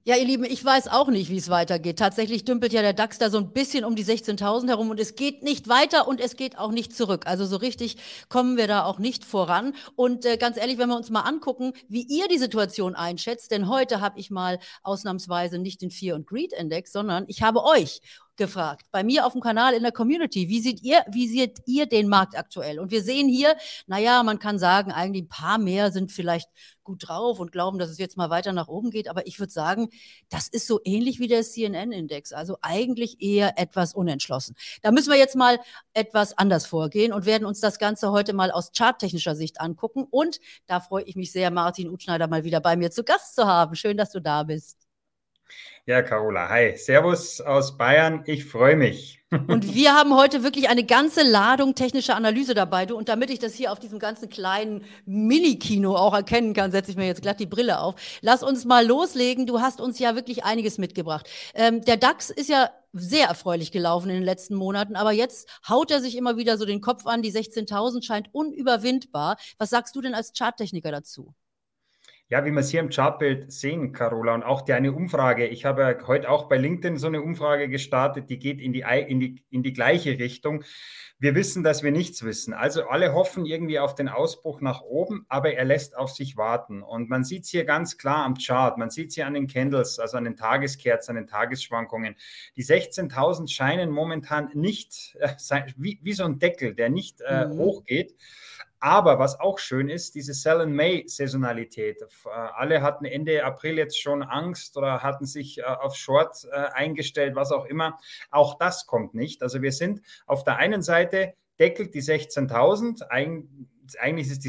Ja, ihr Lieben, ich weiß auch nicht, wie es weitergeht. Tatsächlich dümpelt ja der DAX da so ein bisschen um die 16.000 herum und es geht nicht weiter und es geht auch nicht zurück. Also so richtig kommen wir da auch nicht voran. Und ganz ehrlich, wenn wir uns mal angucken, wie ihr die Situation einschätzt, denn heute habe ich mal ausnahmsweise nicht den Fear and Greed Index, sondern ich habe euch gefragt, bei mir auf dem Kanal in der Community, wie seht ihr den Markt aktuell? Und wir sehen hier, naja, man kann sagen, eigentlich ein paar mehr sind vielleicht gut drauf und glauben, dass es jetzt mal weiter nach oben geht. Aber ich würde sagen, das ist so ähnlich wie der CNN-Index, also eigentlich eher etwas unentschlossen. Da müssen wir jetzt mal etwas anders vorgehen und werden uns das Ganze heute mal aus charttechnischer Sicht angucken. Und da freue ich mich sehr, Martin Utschneider mal wieder bei mir zu Gast zu haben. Schön, dass du da bist. Ja, Carola, hi. Servus aus Bayern. Ich freue mich. Und wir haben heute wirklich eine ganze Ladung technischer Analyse dabei. Du, und damit ich das hier auf diesem ganzen kleinen Mini-Kino auch erkennen kann, setze ich mir jetzt glatt die Brille auf. Lass uns mal loslegen. Du hast uns ja wirklich einiges mitgebracht. Der DAX ist ja sehr erfreulich gelaufen in den letzten Monaten, aber jetzt haut er sich immer wieder so den Kopf an. Die 16.000 scheint unüberwindbar. Was sagst du denn als Charttechniker dazu? Ja, wie wir es hier im Chartbild sehen, Carola, und auch deine Umfrage. Ich habe ja heute auch bei LinkedIn so eine Umfrage gestartet, die geht in die gleiche Richtung. Wir wissen, dass wir nichts wissen. Also alle hoffen irgendwie auf den Ausbruch nach oben, aber er lässt auf sich warten. Und man sieht es hier ganz klar am Chart. Man sieht es hier an den Candles, also an den Tageskerzen, an den Tagesschwankungen. Die 16.000 scheinen momentan nicht, wie so ein Deckel, der nicht hochgeht. Aber was auch schön ist, diese Sell-in-May-Saisonalität. Alle hatten Ende April jetzt schon Angst oder hatten sich auf Short eingestellt, was auch immer. Auch das kommt nicht. Also wir sind auf der einen Seite deckelt die 16.000. Eigentlich ist es die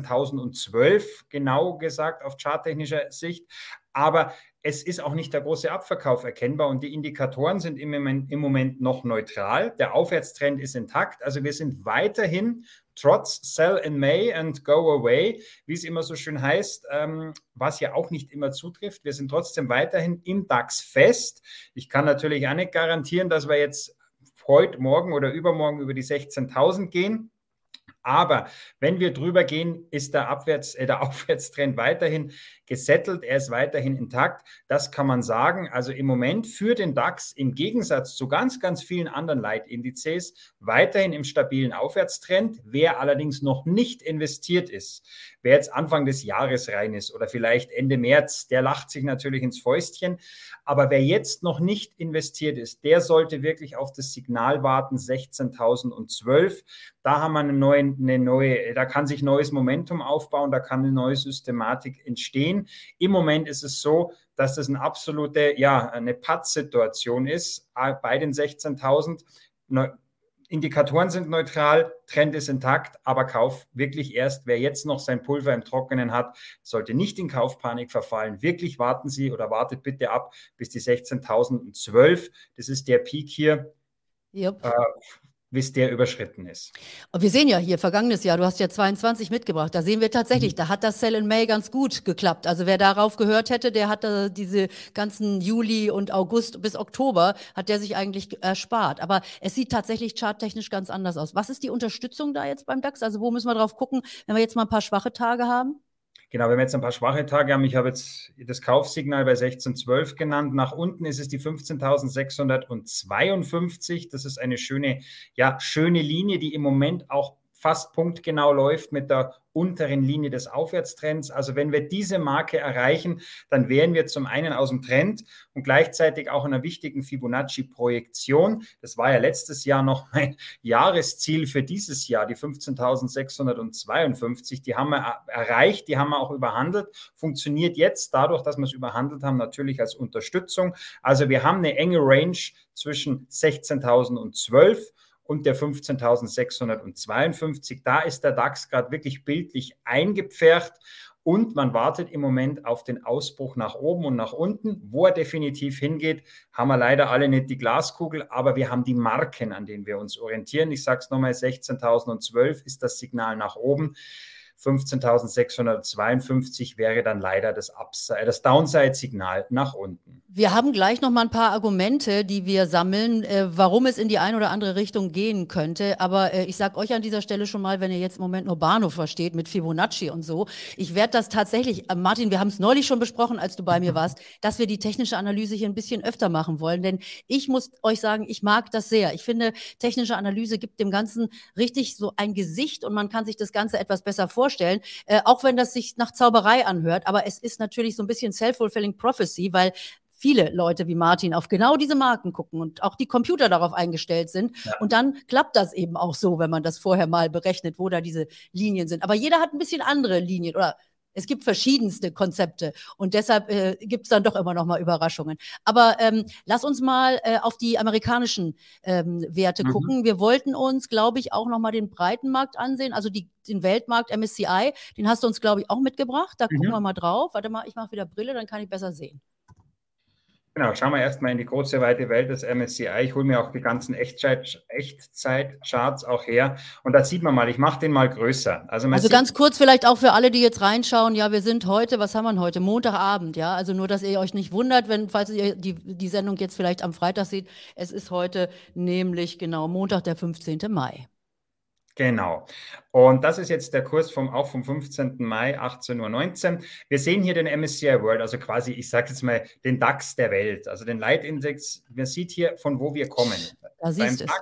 16.012, genau gesagt, auf charttechnischer Sicht. Aber es ist auch nicht der große Abverkauf erkennbar und die Indikatoren sind im Moment noch neutral. Der Aufwärtstrend ist intakt. Also wir sind weiterhin trotz Sell in May and Go Away, wie es immer so schön heißt, was ja auch nicht immer zutrifft. Wir sind trotzdem weiterhin im DAX fest. Ich kann natürlich auch nicht garantieren, dass wir jetzt heute, morgen oder übermorgen über die 16.000 gehen. Aber wenn wir drüber gehen, ist der Aufwärtstrend weiterhin gesettelt, er ist weiterhin intakt. Das kann man sagen. Also im Moment für den DAX im Gegensatz zu ganz, ganz vielen anderen Leitindizes weiterhin im stabilen Aufwärtstrend. Wer allerdings noch nicht investiert ist, wer jetzt Anfang des Jahres rein ist oder vielleicht Ende März, der lacht sich natürlich ins Fäustchen. Aber wer jetzt noch nicht investiert ist, der sollte wirklich auf das Signal warten, 16.012. Da haben wir da kann sich neues Momentum aufbauen, da kann eine neue Systematik entstehen. Im Moment ist es so, dass das eine Pattsituation ist bei den 16.000. Indikatoren sind neutral, Trend ist intakt, aber Kauf wirklich erst, wer jetzt noch sein Pulver im Trockenen hat, sollte nicht in Kaufpanik verfallen. Wirklich warten Sie oder wartet bitte ab bis die 16.012. Das ist der Peak hier. Yep. Bis der überschritten ist. Und wir sehen ja hier, vergangenes Jahr, du hast ja 22 mitgebracht, da sehen wir tatsächlich, da hat das Sell in May ganz gut geklappt. Also wer darauf gehört hätte, der hat diese ganzen Juli und August bis Oktober, hat der sich eigentlich erspart. Aber es sieht tatsächlich charttechnisch ganz anders aus. Was ist die Unterstützung da jetzt beim DAX? Also wo müssen wir drauf gucken, wenn wir jetzt mal ein paar schwache Tage haben? Genau, wenn wir jetzt ein paar schwache Tage haben, ich habe jetzt das Kaufsignal bei 16,12 genannt. Nach unten ist es die 15.652. Das ist eine schöne Linie, die im Moment auch fast punktgenau läuft mit der unteren Linie des Aufwärtstrends. Also wenn wir diese Marke erreichen, dann wären wir zum einen aus dem Trend und gleichzeitig auch in einer wichtigen Fibonacci-Projektion. Das war ja letztes Jahr noch mein Jahresziel für dieses Jahr, die 15.652. Die haben wir erreicht, die haben wir auch überhandelt. Funktioniert jetzt dadurch, dass wir es überhandelt haben, natürlich als Unterstützung. Also wir haben eine enge Range zwischen 16.012 und der 15.652. Da ist der DAX gerade wirklich bildlich eingepfercht und man wartet im Moment auf den Ausbruch nach oben und nach unten. Wo er definitiv hingeht, haben wir leider alle nicht die Glaskugel, aber wir haben die Marken, an denen wir uns orientieren. Ich sage es nochmal, 16.012 ist das Signal nach oben. 15.652 wäre dann leider das Downside-Signal nach unten. Wir haben gleich noch mal ein paar Argumente, die wir sammeln, warum es in die eine oder andere Richtung gehen könnte. Aber ich sage euch an dieser Stelle schon mal, wenn ihr jetzt im Moment nur Bahnhof versteht mit Fibonacci und so, ich werde das tatsächlich, Martin, wir haben es neulich schon besprochen, als du bei mir warst, dass wir die technische Analyse hier ein bisschen öfter machen wollen. Denn ich muss euch sagen, ich mag das sehr. Ich finde, technische Analyse gibt dem Ganzen richtig so ein Gesicht und man kann sich das Ganze etwas besser vorstellen, auch wenn das sich nach Zauberei anhört. Aber es ist natürlich so ein bisschen self-fulfilling prophecy, weil viele Leute wie Martin auf genau diese Marken gucken und auch die Computer darauf eingestellt sind. Ja. Und dann klappt das eben auch so, wenn man das vorher mal berechnet, wo da diese Linien sind. Aber jeder hat ein bisschen andere Linien oder es gibt verschiedenste Konzepte und deshalb gibt es dann doch immer noch mal Überraschungen. Aber lass uns mal auf die amerikanischen Werte gucken. Wir wollten uns, glaube ich, auch noch mal den Breitenmarkt ansehen, also den Weltmarkt MSCI. Den hast du uns, glaube ich, auch mitgebracht. Da gucken wir mal drauf. Warte mal, ich mache wieder Brille, dann kann ich besser sehen. Genau, schauen wir erstmal in die große, weite Welt des MSCI. Ich hole mir auch die ganzen Echtzeit-Charts auch her. Und da sieht man mal, ich mache den mal größer. Also ganz kurz vielleicht auch für alle, die jetzt reinschauen. Ja, wir sind heute, was haben wir heute? Montagabend, ja. Also nur, dass ihr euch nicht wundert, falls ihr die Sendung jetzt vielleicht am Freitag seht. Es ist heute nämlich genau Montag, der 15. Mai. Genau. Und das ist jetzt der Kurs auch vom 15. Mai, 18:19 Uhr. Wir sehen hier den MSCI World, also quasi, ich sage jetzt mal, den DAX der Welt, also den Leitindex. Man sieht hier, von wo wir kommen. Da siehst du es.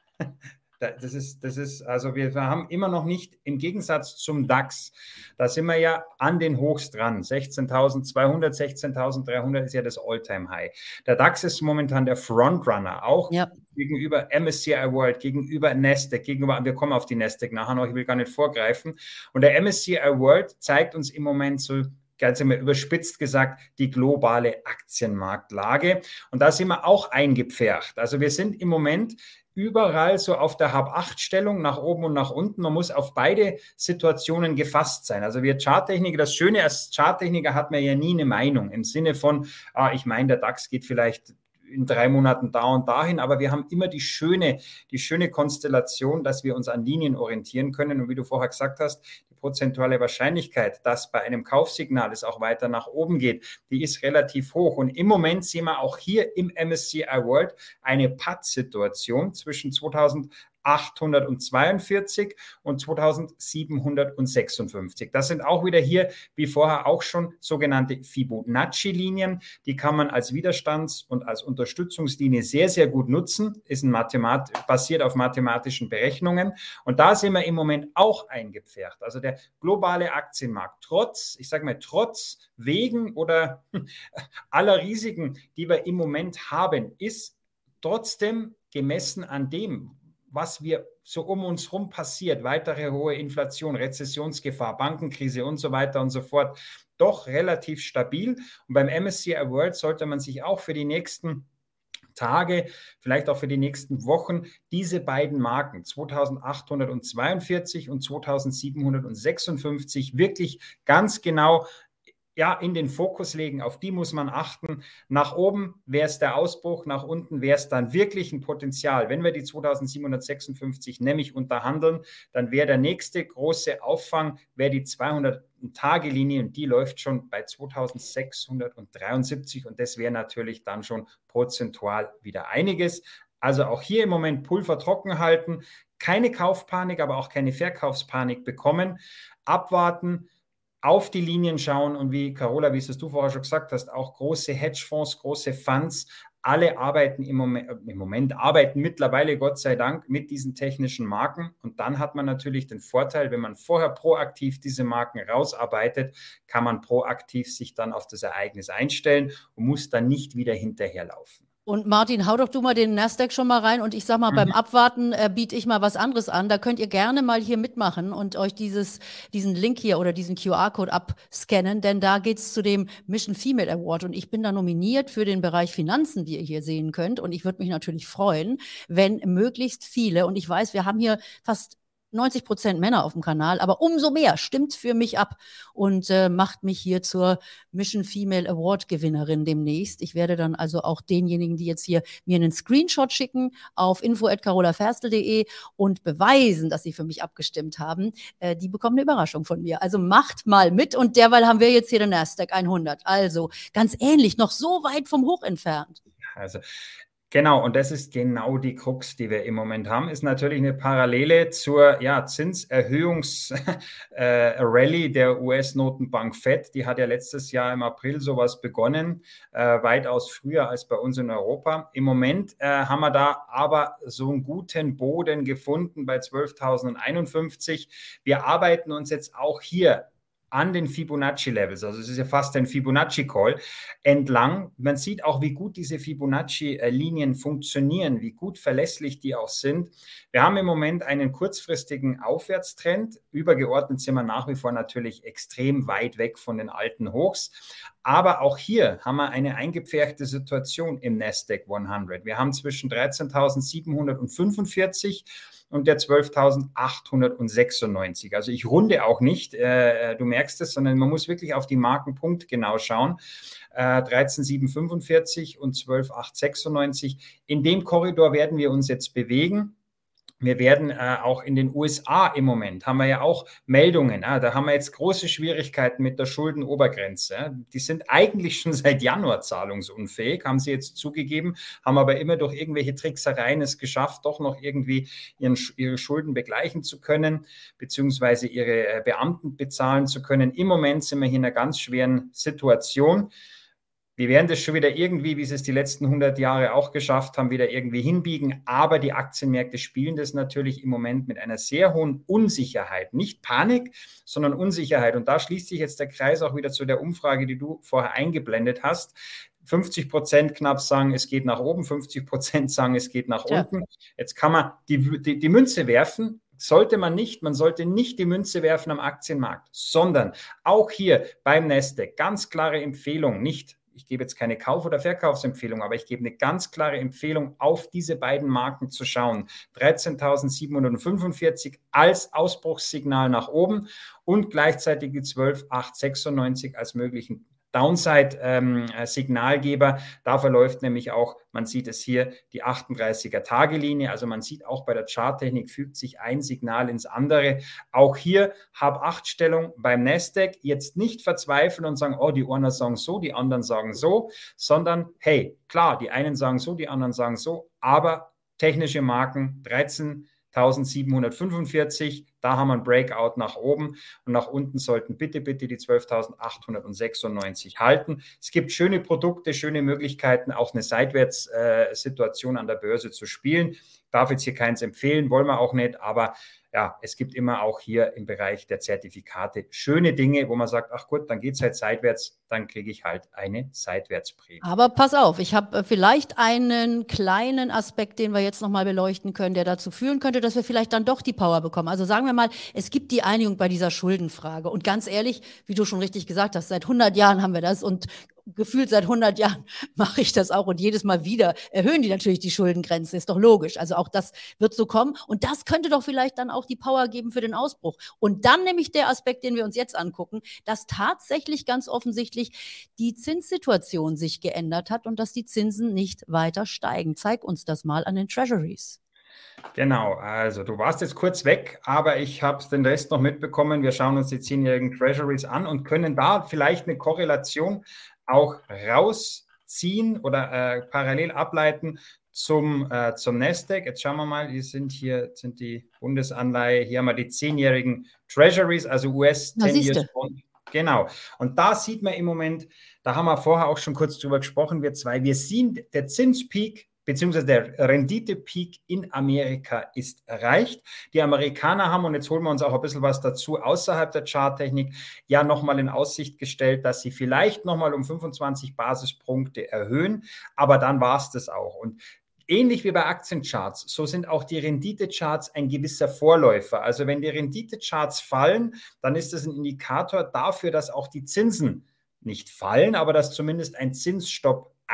Also wir haben immer noch nicht, im Gegensatz zum DAX, da sind wir ja an den Hochs dran. 16.200, 16.300 ist ja das All-Time-High. Der DAX ist momentan der Frontrunner, auch gegenüber MSCI World, gegenüber Nasdaq, wir kommen auf die Nasdaq nachher noch, ich will gar nicht vorgreifen. Und der MSCI World zeigt uns im Moment so, ganz immer überspitzt gesagt, die globale Aktienmarktlage. Und da sind wir auch eingepfercht. Also wir sind im Moment überall so auf der Hab-8-Stellung, nach oben und nach unten. Man muss auf beide Situationen gefasst sein. Also wir Charttechniker, das Schöne als Charttechniker hat man ja nie eine Meinung im Sinne von, ich meine, der DAX geht vielleicht in 3 Monaten da und dahin, aber wir haben immer die schöne Konstellation, dass wir uns an Linien orientieren können. Und wie du vorher gesagt hast, die prozentuale Wahrscheinlichkeit, dass bei einem Kaufsignal es auch weiter nach oben geht, die ist relativ hoch. Und im Moment sehen wir auch hier im MSCI World eine Pattsituation zwischen 2842 und 2756. Das sind auch wieder hier, wie vorher auch schon, sogenannte Fibonacci-Linien. Die kann man als Widerstands- und als Unterstützungslinie sehr, sehr gut nutzen. Ist basiert auf mathematischen Berechnungen. Und da sind wir im Moment auch eingepfercht. Also der globale Aktienmarkt, trotz wegen oder aller Risiken, die wir im Moment haben, ist trotzdem gemessen an dem, was wir so um uns herum passiert, weitere hohe Inflation, Rezessionsgefahr, Bankenkrise und so weiter und so fort, doch relativ stabil. Und beim MSCI World sollte man sich auch für die nächsten Tage, vielleicht auch für die nächsten Wochen, diese beiden Marken 2842 und 2756 wirklich ganz genau in den Fokus legen, auf die muss man achten. Nach oben wäre es der Ausbruch, nach unten wäre es dann wirklich ein Potenzial. Wenn wir die 2756 nämlich unterhandeln, dann wäre der nächste große Auffang, wäre die 200-Tage-Linie und die läuft schon bei 2673 und das wäre natürlich dann schon prozentual wieder einiges. Also auch hier im Moment Pulver trocken halten, keine Kaufpanik, aber auch keine Verkaufspanik bekommen, abwarten, auf die Linien schauen und wie Carola, wie es du vorher schon gesagt hast, auch große Hedgefonds, große Funds, alle arbeiten im Moment arbeiten mittlerweile, Gott sei Dank, mit diesen technischen Marken. Und dann hat man natürlich den Vorteil, wenn man vorher proaktiv diese Marken rausarbeitet, kann man proaktiv sich dann auf das Ereignis einstellen und muss dann nicht wieder hinterherlaufen. Und Martin, hau doch du mal den Nasdaq schon mal rein und ich sag mal, beim Abwarten biete ich mal was anderes an. Da könnt ihr gerne mal hier mitmachen und euch diesen Link hier oder diesen QR-Code abscannen, denn da geht es zu dem Mission Female Award und ich bin da nominiert für den Bereich Finanzen, wie ihr hier sehen könnt. Und ich würde mich natürlich freuen, wenn möglichst viele, und ich weiß, wir haben hier fast 90% Männer auf dem Kanal, aber umso mehr stimmt für mich ab und macht mich hier zur Mission Female Award Gewinnerin demnächst. Ich werde dann also auch denjenigen, die jetzt hier mir einen Screenshot schicken auf info@carolaferstel.de und beweisen, dass sie für mich abgestimmt haben, die bekommen eine Überraschung von mir. Also macht mal mit und derweil haben wir jetzt hier den Nasdaq 100. Also ganz ähnlich, noch so weit vom Hoch entfernt. Also genau, und das ist genau die Krux, die wir im Moment haben, ist natürlich eine Parallele zur Zinserhöhungs-Rallye der US-Notenbank Fed. Die hat ja letztes Jahr im April sowas begonnen, weitaus früher als bei uns in Europa. Im Moment haben wir da aber so einen guten Boden gefunden bei 12.051. Wir arbeiten uns jetzt auch hier an den Fibonacci-Levels, also es ist ja fast ein Fibonacci-Call, entlang. Man sieht auch, wie gut diese Fibonacci-Linien funktionieren, wie gut verlässlich die auch sind. Wir haben im Moment einen kurzfristigen Aufwärtstrend. Übergeordnet sind wir nach wie vor natürlich extrem weit weg von den alten Hochs. Aber auch hier haben wir eine eingepferchte Situation im Nasdaq 100. Wir haben zwischen 13.745 und der 12.896. Also ich runde auch nicht, du merkst es, sondern man muss wirklich auf die Marken punktgenau schauen. 13.745 und 12.896. In dem Korridor werden wir uns jetzt bewegen. Wir werden auch in den USA im Moment, haben wir ja auch Meldungen, da haben wir jetzt große Schwierigkeiten mit der Schuldenobergrenze. Die sind eigentlich schon seit Januar zahlungsunfähig, haben sie jetzt zugegeben, haben aber immer durch irgendwelche Tricksereien es geschafft, doch noch irgendwie ihre Schulden begleichen zu können, beziehungsweise ihre Beamten bezahlen zu können. Im Moment sind wir hier in einer ganz schweren Situation. Wir werden das schon wieder irgendwie, wie sie es die letzten 100 Jahre auch geschafft haben, wieder irgendwie hinbiegen. Aber die Aktienmärkte spielen das natürlich im Moment mit einer sehr hohen Unsicherheit. Nicht Panik, sondern Unsicherheit. Und da schließt sich jetzt der Kreis auch wieder zu der Umfrage, die du vorher eingeblendet hast. 50% knapp sagen, es geht nach oben, 50% sagen, es geht nach unten. Jetzt kann man die Münze werfen. Sollte man nicht, man sollte nicht die Münze werfen am Aktienmarkt, sondern auch hier beim Nasdaq ganz klare Empfehlung, nicht ich gebe jetzt keine Kauf- oder Verkaufsempfehlung, aber ich gebe eine ganz klare Empfehlung, auf diese beiden Marken zu schauen. 13.745 als Ausbruchssignal nach oben und gleichzeitig die 12.896 als möglichen Downside-Signalgeber. Da verläuft nämlich auch, man sieht es hier, die 38er-Tage-Linie. Also man sieht auch bei der Charttechnik fügt sich ein Signal ins andere. Auch hier Hab-8-Stellung beim Nasdaq. Jetzt nicht verzweifeln und sagen, oh, die einen sagen so, die anderen sagen so, sondern hey, klar, die einen sagen so, die anderen sagen so, aber technische Marken 13.745, da haben wir ein Breakout nach oben und nach unten sollten bitte die 12.896 halten. Es gibt schöne Produkte, schöne Möglichkeiten, auch eine Seitwärtssituation an der Börse zu spielen. Ich darf jetzt hier keins empfehlen, wollen wir auch nicht, aber ja, es gibt immer auch hier im Bereich der Zertifikate schöne Dinge, wo man sagt, ach gut, dann geht es halt seitwärts, dann kriege ich halt eine Seitwärtsprämie. Aber pass auf, ich habe vielleicht einen kleinen Aspekt, den wir jetzt nochmal beleuchten können, der dazu führen könnte, dass wir vielleicht dann doch die Power bekommen. Also sagen wir mal, es gibt die Einigung bei dieser Schuldenfrage. Und ganz ehrlich, wie du schon richtig gesagt hast, seit 100 Jahren haben wir das und gefühlt seit 100 Jahren mache ich das auch und jedes Mal wieder erhöhen die natürlich die Schuldengrenze, ist doch logisch. Also auch das wird so kommen und das könnte doch vielleicht dann auch die Power geben für den Ausbruch. Und dann nämlich der Aspekt, den wir uns jetzt angucken, dass tatsächlich ganz offensichtlich die Zinssituation sich geändert hat und dass die Zinsen nicht weiter steigen. Zeig uns das mal an den Treasuries. Genau, also du warst jetzt kurz weg, aber ich habe den Rest noch mitbekommen. Wir schauen uns die 10-jährigen Treasuries an und können da vielleicht eine Korrelation auch rausziehen oder parallel ableiten zum Nasdaq. Jetzt schauen wir mal, sind die Bundesanleihe, hier haben wir die 10-jährigen Treasuries, also US 10 Years Bond. Genau, und da sieht man im Moment, da haben wir vorher auch schon kurz drüber gesprochen, wir sehen, der Zinspeak beziehungsweise der Rendite-Peak in Amerika ist erreicht. Die Amerikaner haben, und jetzt holen wir uns auch ein bisschen was dazu, außerhalb der Charttechnik, ja nochmal in Aussicht gestellt, dass sie vielleicht nochmal um 25 Basispunkte erhöhen, aber dann war es das auch. Und ähnlich wie bei Aktiencharts, so sind auch die Renditecharts ein gewisser Vorläufer. Also wenn die Renditecharts fallen, dann ist das ein Indikator dafür, dass auch die Zinsen nicht fallen, aber dass zumindest ein Zinsstopp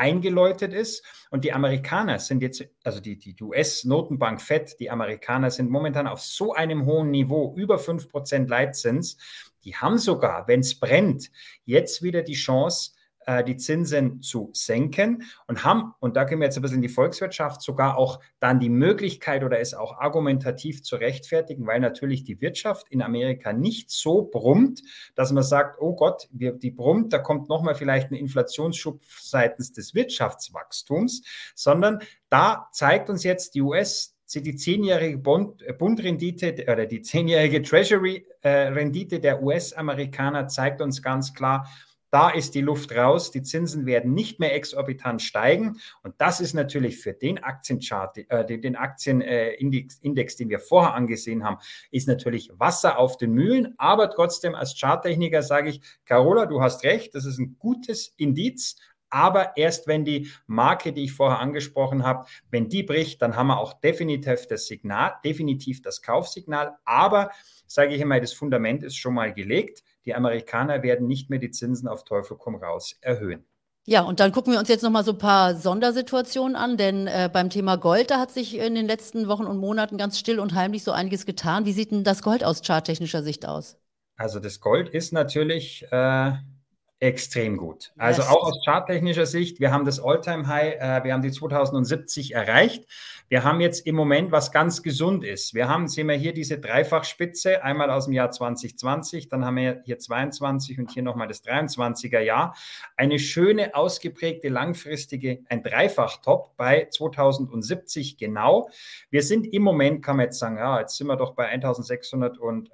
eingeläutet ist. Und die Amerikaner sind jetzt, also die US-Notenbank Fed, die Amerikaner sind momentan auf so einem hohen Niveau, über 5% Leitzins. Die haben sogar, wenn es brennt, jetzt wieder die Chance, die Zinsen zu senken und haben, und da gehen wir jetzt ein bisschen in die Volkswirtschaft, sogar auch dann die Möglichkeit oder es auch argumentativ zu rechtfertigen, weil natürlich die Wirtschaft in Amerika nicht so brummt, dass man sagt, oh Gott, die brummt, da kommt nochmal vielleicht ein Inflationsschub seitens des Wirtschaftswachstums, sondern da zeigt uns jetzt die die 10-jährige Bundrendite oder die 10-jährige Treasury-Rendite der US-Amerikaner zeigt uns ganz klar, da ist die Luft raus, die Zinsen werden nicht mehr exorbitant steigen und das ist natürlich für den Aktienchart, den Aktienindex, den wir vorher angesehen haben, ist natürlich Wasser auf den Mühlen, aber trotzdem als Charttechniker sage ich, Carola, du hast recht, das ist ein gutes Indiz, aber erst wenn die Marke, die ich vorher angesprochen habe, wenn die bricht, dann haben wir auch definitiv das Kaufsignal, aber sage ich immer, das Fundament ist schon mal gelegt. Die Amerikaner werden nicht mehr die Zinsen auf Teufel komm raus erhöhen. Ja, und dann gucken wir uns jetzt noch mal so ein paar Sondersituationen an, denn beim Thema Gold, da hat sich in den letzten Wochen und Monaten ganz still und heimlich so einiges getan. Wie sieht denn das Gold aus charttechnischer Sicht aus? Also das Gold ist natürlich extrem gut. Also Yes. auch aus charttechnischer Sicht, wir haben das All-Time-High, wir haben die 2070 erreicht. Wir haben jetzt im Moment, was ganz gesund ist. Sehen wir hier diese Dreifachspitze, einmal aus dem Jahr 2020, dann haben wir hier 22 und hier nochmal das 23er Jahr. Eine schöne, ausgeprägte, langfristige, ein Dreifach-Top bei 2070 genau. Wir sind im Moment, kann man jetzt sagen, ja, jetzt sind wir doch bei 1600 und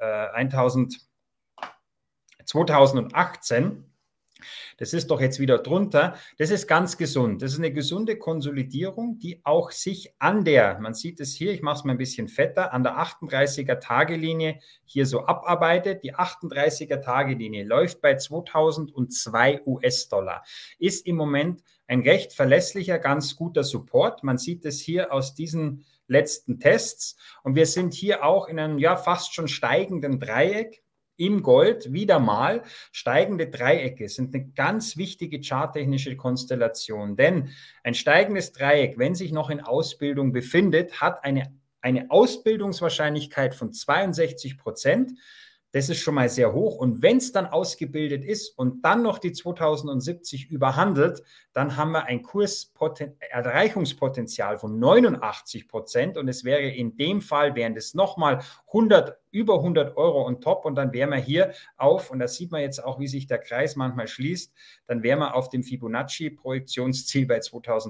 2018. Das ist doch jetzt wieder drunter. Das ist ganz gesund. Das ist eine gesunde Konsolidierung, die auch sich man sieht es hier, ich mache es mal ein bisschen fetter, an der 38er-Tagelinie hier so abarbeitet. Die 38er-Tagelinie läuft bei 2002 US-Dollar. Ist im Moment ein recht verlässlicher, ganz guter Support. Man sieht es hier aus diesen letzten Tests. Und wir sind hier auch in einem fast schon steigenden Dreieck. Im Gold wieder mal steigende Dreiecke sind eine ganz wichtige charttechnische Konstellation, denn ein steigendes Dreieck, wenn sich noch in Ausbildung befindet, hat eine Ausbildungswahrscheinlichkeit von 62%. Das ist schon mal sehr hoch. Und wenn es dann ausgebildet ist und dann noch die 2070 überhandelt, dann haben wir ein Erreichungspotenzial von 89%. Und es wäre in dem Fall, wären es nochmal über 100 Euro on top. Und dann wären wir hier und da sieht man jetzt auch, wie sich der Kreis manchmal schließt, dann wären wir auf dem Fibonacci-Projektionsziel bei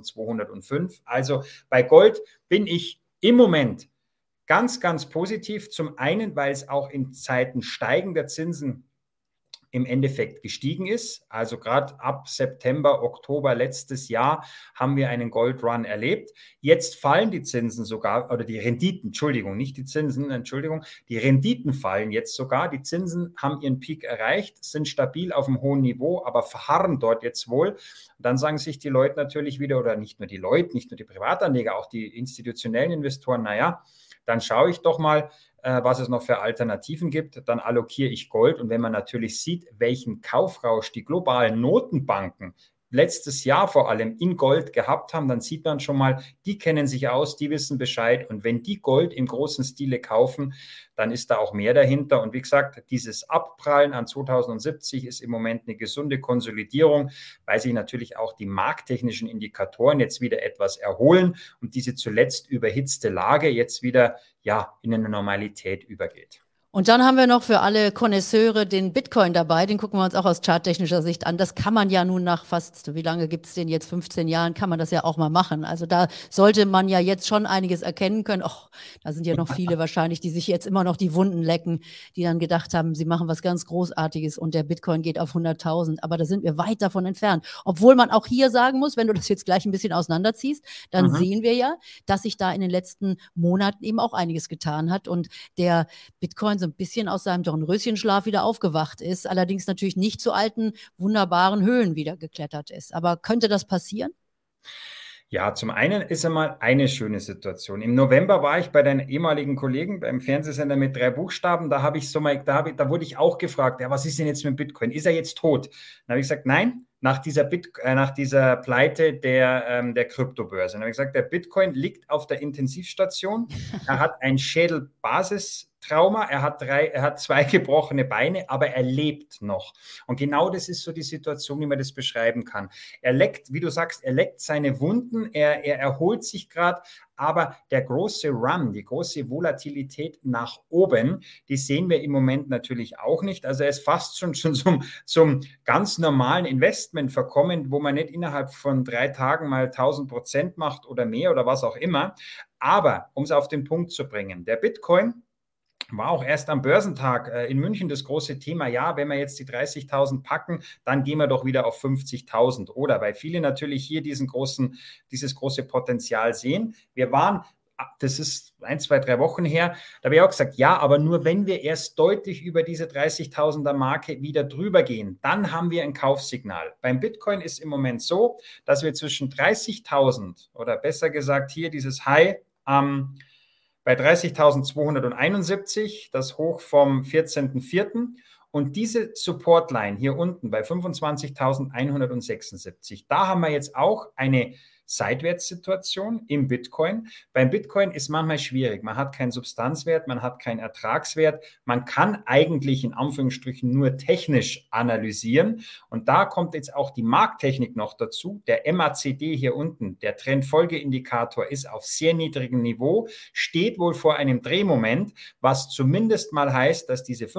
2205. Also bei Gold bin ich im Moment ganz, ganz positiv. Zum einen, weil es auch in Zeiten steigender Zinsen im Endeffekt gestiegen ist. Also gerade ab September, Oktober letztes Jahr haben wir einen Gold-Run erlebt. Jetzt fallen die Zinsen sogar, oder die Renditen, Entschuldigung, nicht die Zinsen, Entschuldigung, die Renditen fallen jetzt sogar. Die Zinsen haben ihren Peak erreicht, sind stabil auf einem hohen Niveau, aber verharren dort jetzt wohl. Und dann sagen sich die Leute natürlich wieder, oder nicht nur die Leute, nicht nur die Privatanleger, auch die institutionellen Investoren, naja, dann schaue ich doch mal, was es noch für Alternativen gibt. Dann allokiere ich Gold. Und wenn man natürlich sieht, welchen Kaufrausch die globalen Notenbanken letztes Jahr vor allem in Gold gehabt haben, dann sieht man schon mal, die kennen sich aus, die wissen Bescheid. Und wenn die Gold im großen Stile kaufen, dann ist da auch mehr dahinter. Und wie gesagt, dieses Abprallen an 2070 ist im Moment eine gesunde Konsolidierung, weil sich natürlich auch die markttechnischen Indikatoren jetzt wieder etwas erholen und diese zuletzt überhitzte Lage jetzt wieder in eine Normalität übergeht. Und dann haben wir noch für alle Konnoisseure den Bitcoin dabei. Den gucken wir uns auch aus charttechnischer Sicht an. Das kann man ja nun nach fast, wie lange gibt es den jetzt? 15 Jahren kann man das ja auch mal machen. Also da sollte man ja jetzt schon einiges erkennen können. Och, da sind ja noch viele wahrscheinlich, die sich jetzt immer noch die Wunden lecken, die dann gedacht haben, sie machen was ganz Großartiges und der Bitcoin geht auf 100.000. Aber da sind wir weit davon entfernt. Obwohl man auch hier sagen muss, wenn du das jetzt gleich ein bisschen auseinanderziehst, dann sehen wir ja, dass sich da in den letzten Monaten eben auch einiges getan hat und der Bitcoin so ein bisschen aus seinem Dornröschenschlaf wieder aufgewacht ist, allerdings natürlich nicht zu alten, wunderbaren Höhen wieder geklettert ist. Aber könnte das passieren? Ja, zum einen ist einmal eine schöne Situation. Im November war ich bei deinen ehemaligen Kollegen beim Fernsehsender mit 3 Buchstaben. Da wurde ich auch gefragt, ja, was ist denn jetzt mit Bitcoin? Ist er jetzt tot? Dann habe ich gesagt, nein, nach dieser Pleite der Kryptobörse. Dann habe ich gesagt, der Bitcoin liegt auf der Intensivstation. Er hat ein Schädelbasistrauma, er hat 2 gebrochene Beine, aber er lebt noch. Und genau das ist so die Situation, wie man das beschreiben kann. Er leckt, wie du sagst, er leckt seine Wunden, er erholt sich gerade, aber der große Run, die große Volatilität nach oben, die sehen wir im Moment natürlich auch nicht. Also er ist fast schon zum ganz normalen Investment verkommen, wo man nicht innerhalb von 3 Tagen mal 1000% macht oder mehr oder was auch immer. Aber um es auf den Punkt zu bringen, der Bitcoin war auch erst am Börsentag in München das große Thema. Ja, wenn wir jetzt die 30.000 packen, dann gehen wir doch wieder auf 50.000. Oder weil viele natürlich hier dieses große Potenzial sehen. Wir waren, das ist 1, 2, 3 Wochen her, da habe ich auch gesagt, ja, aber nur wenn wir erst deutlich über diese 30.000er Marke wieder drüber gehen, dann haben wir ein Kaufsignal. Beim Bitcoin ist im Moment so, dass wir zwischen 30.000 oder besser gesagt hier dieses High bei 30.271, das Hoch vom 14.04. Und diese Supportline hier unten bei 25.176, da haben wir jetzt auch eine Seitwärtssituation im Bitcoin. Beim Bitcoin ist manchmal schwierig. Man hat keinen Substanzwert, man hat keinen Ertragswert. Man kann eigentlich in Anführungsstrichen nur technisch analysieren. Und da kommt jetzt auch die Markttechnik noch dazu. Der MACD hier unten, der Trendfolgeindikator, ist auf sehr niedrigem Niveau, steht wohl vor einem Drehmoment, was zumindest mal heißt, dass diese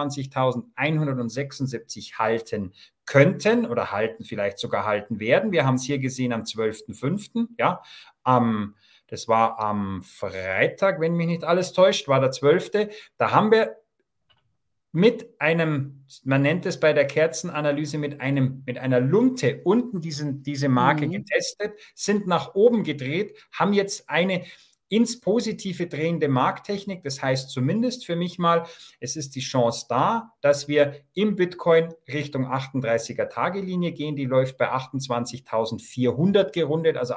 25.176 halten könnten oder vielleicht sogar halten werden. Wir haben es hier gesehen am 12.05. Ja, das war am Freitag, wenn mich nicht alles täuscht, war der 12. Da haben wir mit einem, man nennt es bei der Kerzenanalyse, mit einer Lunte unten diese Marke getestet, sind nach oben gedreht, haben jetzt eine ins Positive drehende Markttechnik. Das heißt zumindest für mich mal, es ist die Chance da, dass wir im Bitcoin Richtung 38er-Tage-Linie gehen. Die läuft bei 28.400 gerundet, also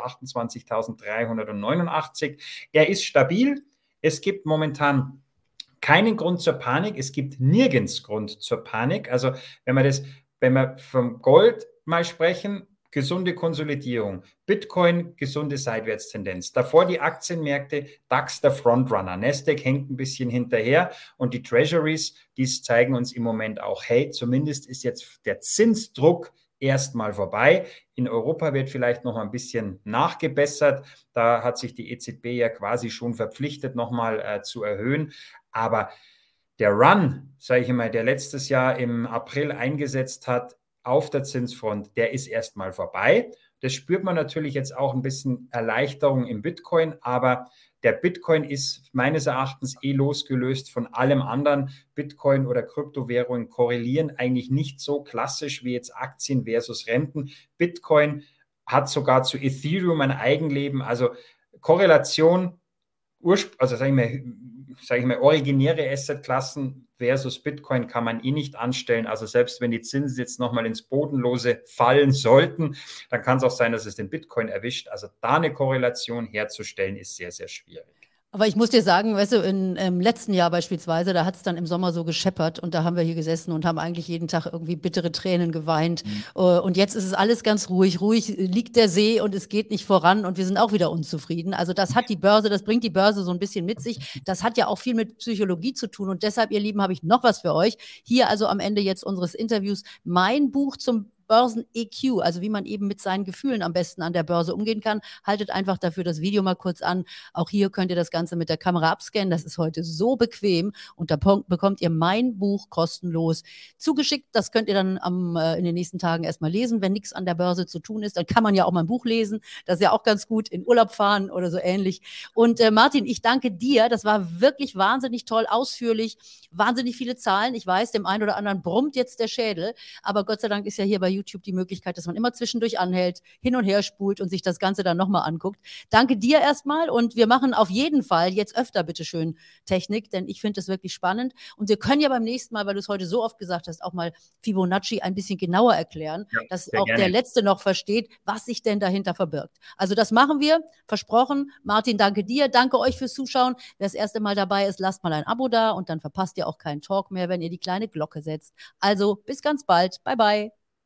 28.389. Er ist stabil. Es gibt momentan keinen Grund zur Panik. Es gibt nirgends Grund zur Panik. Also wenn wir vom Gold mal sprechen, gesunde Konsolidierung, Bitcoin, gesunde Seitwärtstendenz. Davor die Aktienmärkte, DAX der Frontrunner, Nasdaq hängt ein bisschen hinterher und die Treasuries, die zeigen uns im Moment auch, hey, zumindest ist jetzt der Zinsdruck erstmal vorbei. In Europa wird vielleicht noch ein bisschen nachgebessert. Da hat sich die EZB ja quasi schon verpflichtet, nochmal zu erhöhen. Aber der Run, sage ich mal, der letztes Jahr im April eingesetzt hat, auf der Zinsfront, der ist erstmal vorbei. Das spürt man natürlich jetzt auch ein bisschen Erleichterung im Bitcoin, aber der Bitcoin ist meines Erachtens losgelöst von allem anderen. Bitcoin oder Kryptowährungen korrelieren eigentlich nicht so klassisch wie jetzt Aktien versus Renten. Bitcoin hat sogar zu Ethereum ein Eigenleben, also Korrelation, also sage ich mal, originäre Assetklassen versus Bitcoin kann man nicht anstellen. Also selbst wenn die Zinsen jetzt nochmal ins Bodenlose fallen sollten, dann kann es auch sein, dass es den Bitcoin erwischt. Also da eine Korrelation herzustellen, ist sehr, sehr schwierig. Aber ich muss dir sagen, weißt du, im letzten Jahr beispielsweise, da hat es dann im Sommer so gescheppert und da haben wir hier gesessen und haben eigentlich jeden Tag irgendwie bittere Tränen geweint. Und jetzt ist es alles ganz ruhig. Ruhig liegt der See und es geht nicht voran und wir sind auch wieder unzufrieden. Also das bringt die Börse so ein bisschen mit sich. Das hat ja auch viel mit Psychologie zu tun und deshalb, ihr Lieben, habe ich noch was für euch. Hier also am Ende jetzt unseres Interviews mein Buch zum Börsen-EQ, also wie man eben mit seinen Gefühlen am besten an der Börse umgehen kann. Haltet einfach dafür das Video mal kurz an. Auch hier könnt ihr das Ganze mit der Kamera abscannen. Das ist heute so bequem und da bekommt ihr mein Buch kostenlos zugeschickt. Das könnt ihr dann in den nächsten Tagen erstmal lesen. Wenn nichts an der Börse zu tun ist, dann kann man ja auch mal ein Buch lesen. Das ist ja auch ganz gut, in Urlaub fahren oder so ähnlich. Und Martin, ich danke dir. Das war wirklich wahnsinnig toll, ausführlich, wahnsinnig viele Zahlen. Ich weiß, dem einen oder anderen brummt jetzt der Schädel, aber Gott sei Dank ist ja hier bei YouTube die Möglichkeit, dass man immer zwischendurch anhält, hin und her spult und sich das Ganze dann nochmal anguckt. Danke dir erstmal und wir machen auf jeden Fall jetzt öfter bitteschön Technik, denn ich finde es wirklich spannend und wir können ja beim nächsten Mal, weil du es heute so oft gesagt hast, auch mal Fibonacci ein bisschen genauer erklären, ja, dass auch gerne der Letzte noch versteht, was sich denn dahinter verbirgt. Also das machen wir, versprochen. Martin, danke dir, danke euch fürs Zuschauen. Wer das erste Mal dabei ist, lasst mal ein Abo da und dann verpasst ihr auch keinen Talk mehr, wenn ihr die kleine Glocke setzt. Also bis ganz bald. Bye, bye.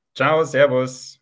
Ciao, Servus.